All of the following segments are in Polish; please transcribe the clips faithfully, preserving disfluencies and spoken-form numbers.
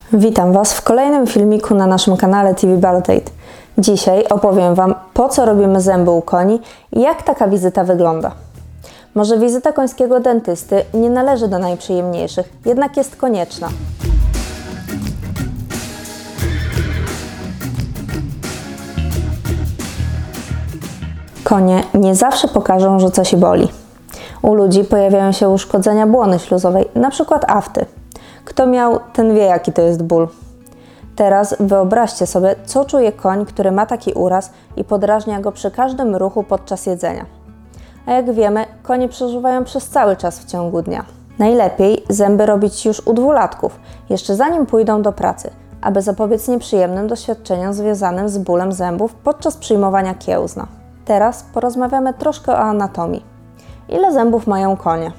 Witam Was w kolejnym filmiku na naszym kanale T V Baldate. Dzisiaj opowiem Wam, po co robimy zęby u koni i jak taka wizyta wygląda. Może wizyta końskiego dentysty nie należy do najprzyjemniejszych, jednak jest konieczna. Konie nie zawsze pokażą, że coś boli. U ludzi pojawiają się uszkodzenia błony śluzowej, np. afty. Kto miał, ten wie, jaki to jest ból. Teraz wyobraźcie sobie, co czuje koń, który ma taki uraz i podrażnia go przy każdym ruchu podczas jedzenia. A jak wiemy, konie przeżuwają przez cały czas w ciągu dnia. Najlepiej zęby robić już u dwulatków, jeszcze zanim pójdą do pracy, aby zapobiec nieprzyjemnym doświadczeniom związanym z bólem zębów podczas przyjmowania kiełzna. Teraz porozmawiamy troszkę o anatomii. Ile zębów mają konie?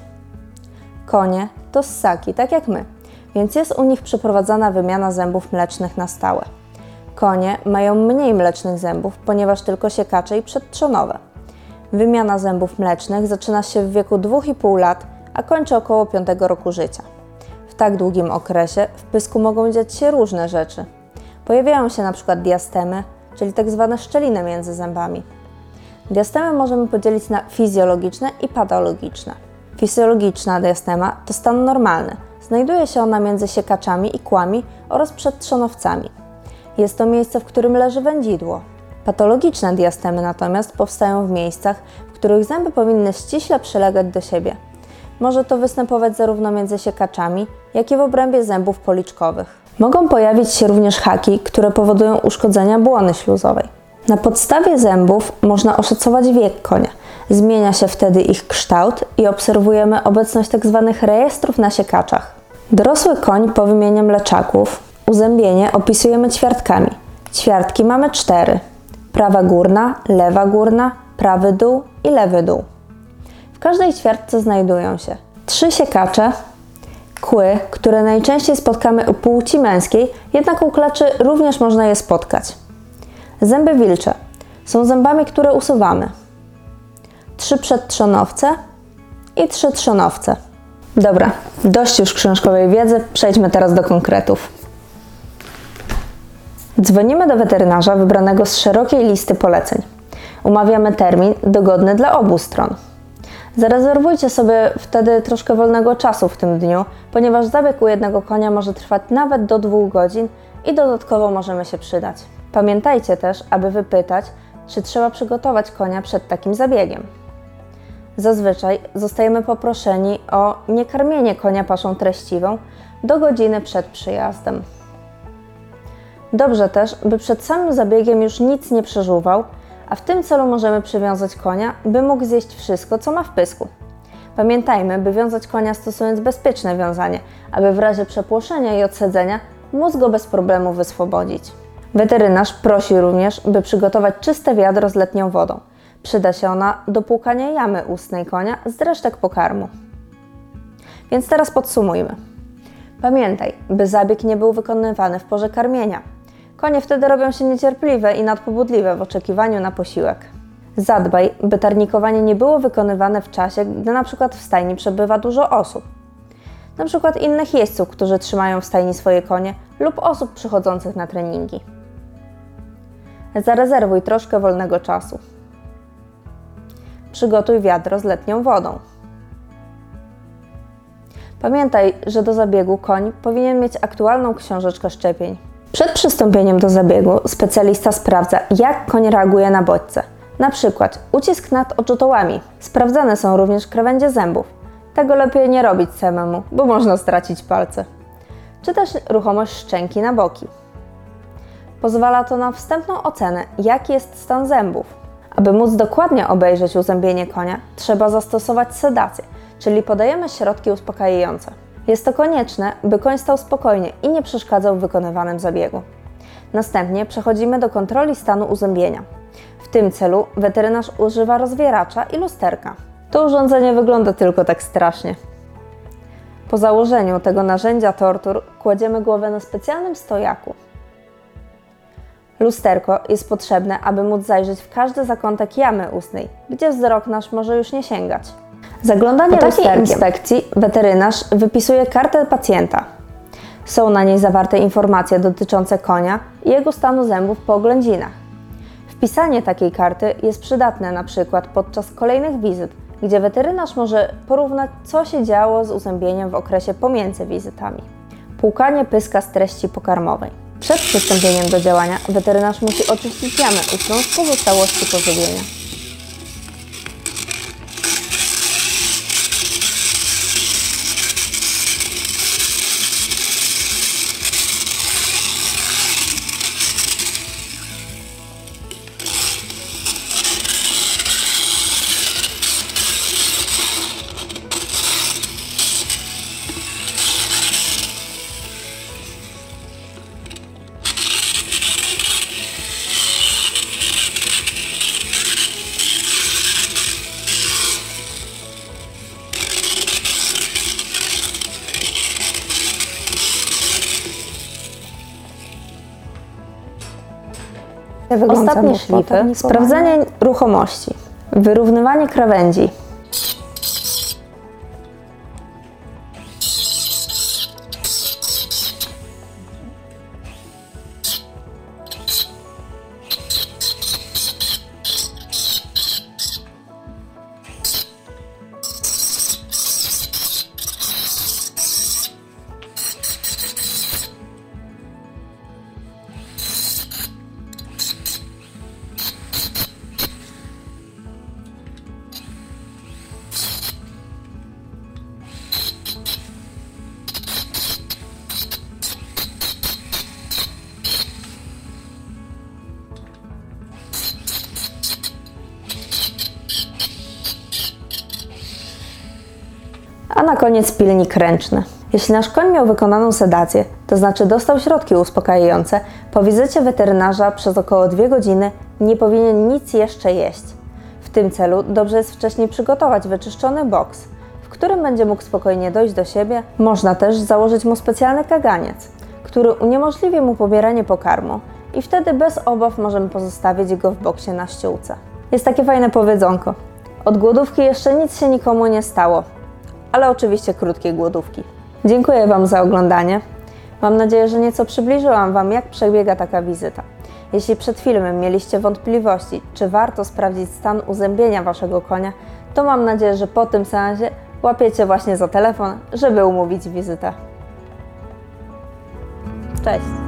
Konie to ssaki, tak jak my, więc jest u nich przeprowadzana wymiana zębów mlecznych na stałe. Konie mają mniej mlecznych zębów, ponieważ tylko siekacze i przedtrzonowe. Wymiana zębów mlecznych zaczyna się w wieku dwóch i pół lat, a kończy około piątego roku życia. W tak długim okresie w pysku mogą dziać się różne rzeczy. Pojawiają się np. diastemy, czyli tak zwane szczeliny między zębami. Diastemy możemy podzielić na fizjologiczne i patologiczne. Fizjologiczna diastema to stan normalny. Znajduje się ona między siekaczami i kłami oraz przedtrzonowcami. Jest to miejsce, w którym leży wędzidło. Patologiczne diastemy natomiast powstają w miejscach, w których zęby powinny ściśle przylegać do siebie. Może to występować zarówno między siekaczami, jak i w obrębie zębów policzkowych. Mogą pojawić się również haki, które powodują uszkodzenia błony śluzowej. Na podstawie zębów można oszacować wiek konia. Zmienia się wtedy ich kształt i obserwujemy obecność tzw. rejestrów na siekaczach. Dorosły koń po wymianie mleczaków uzębienie opisujemy ćwiartkami. Ćwiartki mamy cztery. Prawa górna, lewa górna, prawy dół i lewy dół. W każdej ćwiartce znajdują się trzy siekacze, kły, które najczęściej spotkamy u płci męskiej, jednak u klaczy również można je spotkać. Zęby wilcze są zębami, które usuwamy. Trzy przedtrzonowce i trzy trzonowce. Dobra, dość już książkowej wiedzy, przejdźmy teraz do konkretów. Dzwonimy do weterynarza wybranego z szerokiej listy poleceń. Umawiamy termin dogodny dla obu stron. Zarezerwujcie sobie wtedy troszkę wolnego czasu w tym dniu, ponieważ zabieg u jednego konia może trwać nawet do dwóch godzin i dodatkowo możemy się przydać. Pamiętajcie też, aby wypytać, czy trzeba przygotować konia przed takim zabiegiem. Zazwyczaj zostajemy poproszeni o niekarmienie konia paszą treściwą do godziny przed przyjazdem. Dobrze też, by przed samym zabiegiem już nic nie przeżuwał, a w tym celu możemy przywiązać konia, by mógł zjeść wszystko, co ma w pysku. Pamiętajmy, by wiązać konia stosując bezpieczne wiązanie, aby w razie przepłoszenia i odsadzenia móc go bez problemu wyswobodzić. Weterynarz prosi również, by przygotować czyste wiadro z letnią wodą. Przyda się ona do płukania jamy ustnej konia z resztek pokarmu. Więc teraz podsumujmy. Pamiętaj, by zabieg nie był wykonywany w porze karmienia. Konie wtedy robią się niecierpliwe i nadpobudliwe w oczekiwaniu na posiłek. Zadbaj, by tarnikowanie nie było wykonywane w czasie, gdy na przykład w stajni przebywa dużo osób. Na przykład innych jeźdźców, którzy trzymają w stajni swoje konie lub osób przychodzących na treningi. Zarezerwuj troszkę wolnego czasu. Przygotuj wiadro z letnią wodą. Pamiętaj, że do zabiegu koń powinien mieć aktualną książeczkę szczepień. Przed przystąpieniem do zabiegu specjalista sprawdza, jak koń reaguje na bodźce. Na przykład ucisk nad oczodołami. Sprawdzane są również krawędzie zębów. Tego lepiej nie robić samemu, bo można stracić palce. Czy też ruchomość szczęki na boki. Pozwala to na wstępną ocenę, jaki jest stan zębów. Aby móc dokładnie obejrzeć uzębienie konia, trzeba zastosować sedację, czyli podajemy środki uspokajające. Jest to konieczne, by koń stał spokojnie i nie przeszkadzał w wykonywanym zabiegu. Następnie przechodzimy do kontroli stanu uzębienia. W tym celu weterynarz używa rozwieracza i lusterka. To urządzenie wygląda tylko tak strasznie. Po założeniu tego narzędzia tortur kładziemy głowę na specjalnym stojaku. Lusterko jest potrzebne, aby móc zajrzeć w każdy zakątek jamy ustnej, gdzie wzrok nasz może już nie sięgać. Zaglądanie do takiej inspekcji weterynarz wypisuje kartę pacjenta. Są na niej zawarte informacje dotyczące konia i jego stanu zębów po oględzinach. Wpisanie takiej karty jest przydatne np. podczas kolejnych wizyt, gdzie weterynarz może porównać, co się działo z uzębieniem w okresie pomiędzy wizytami. Płukanie pyska z treści pokarmowej. Przed przystąpieniem do działania weterynarz musi oczyścić jamę, usunąć pozostałości pożywienia. Ostatnie szlify. Sprawdzenie ruchomości. Wyrównywanie krawędzi. A na koniec pilnik ręczny. Jeśli nasz koń miał wykonaną sedację, to znaczy dostał środki uspokajające, po wizycie weterynarza przez około dwie godziny nie powinien nic jeszcze jeść. W tym celu dobrze jest wcześniej przygotować wyczyszczony boks, w którym będzie mógł spokojnie dojść do siebie. Można też założyć mu specjalny kaganiec, który uniemożliwi mu pobieranie pokarmu i wtedy bez obaw możemy pozostawić go w boksie na ściółce. Jest takie fajne powiedzonko: od głodówki jeszcze nic się nikomu nie stało. Ale oczywiście krótkie głodówki. Dziękuję Wam za oglądanie. Mam nadzieję, że nieco przybliżyłam Wam, jak przebiega taka wizyta. Jeśli przed filmem mieliście wątpliwości, czy warto sprawdzić stan uzębienia Waszego konia, to mam nadzieję, że po tym seansie łapiecie właśnie za telefon, żeby umówić wizytę. Cześć!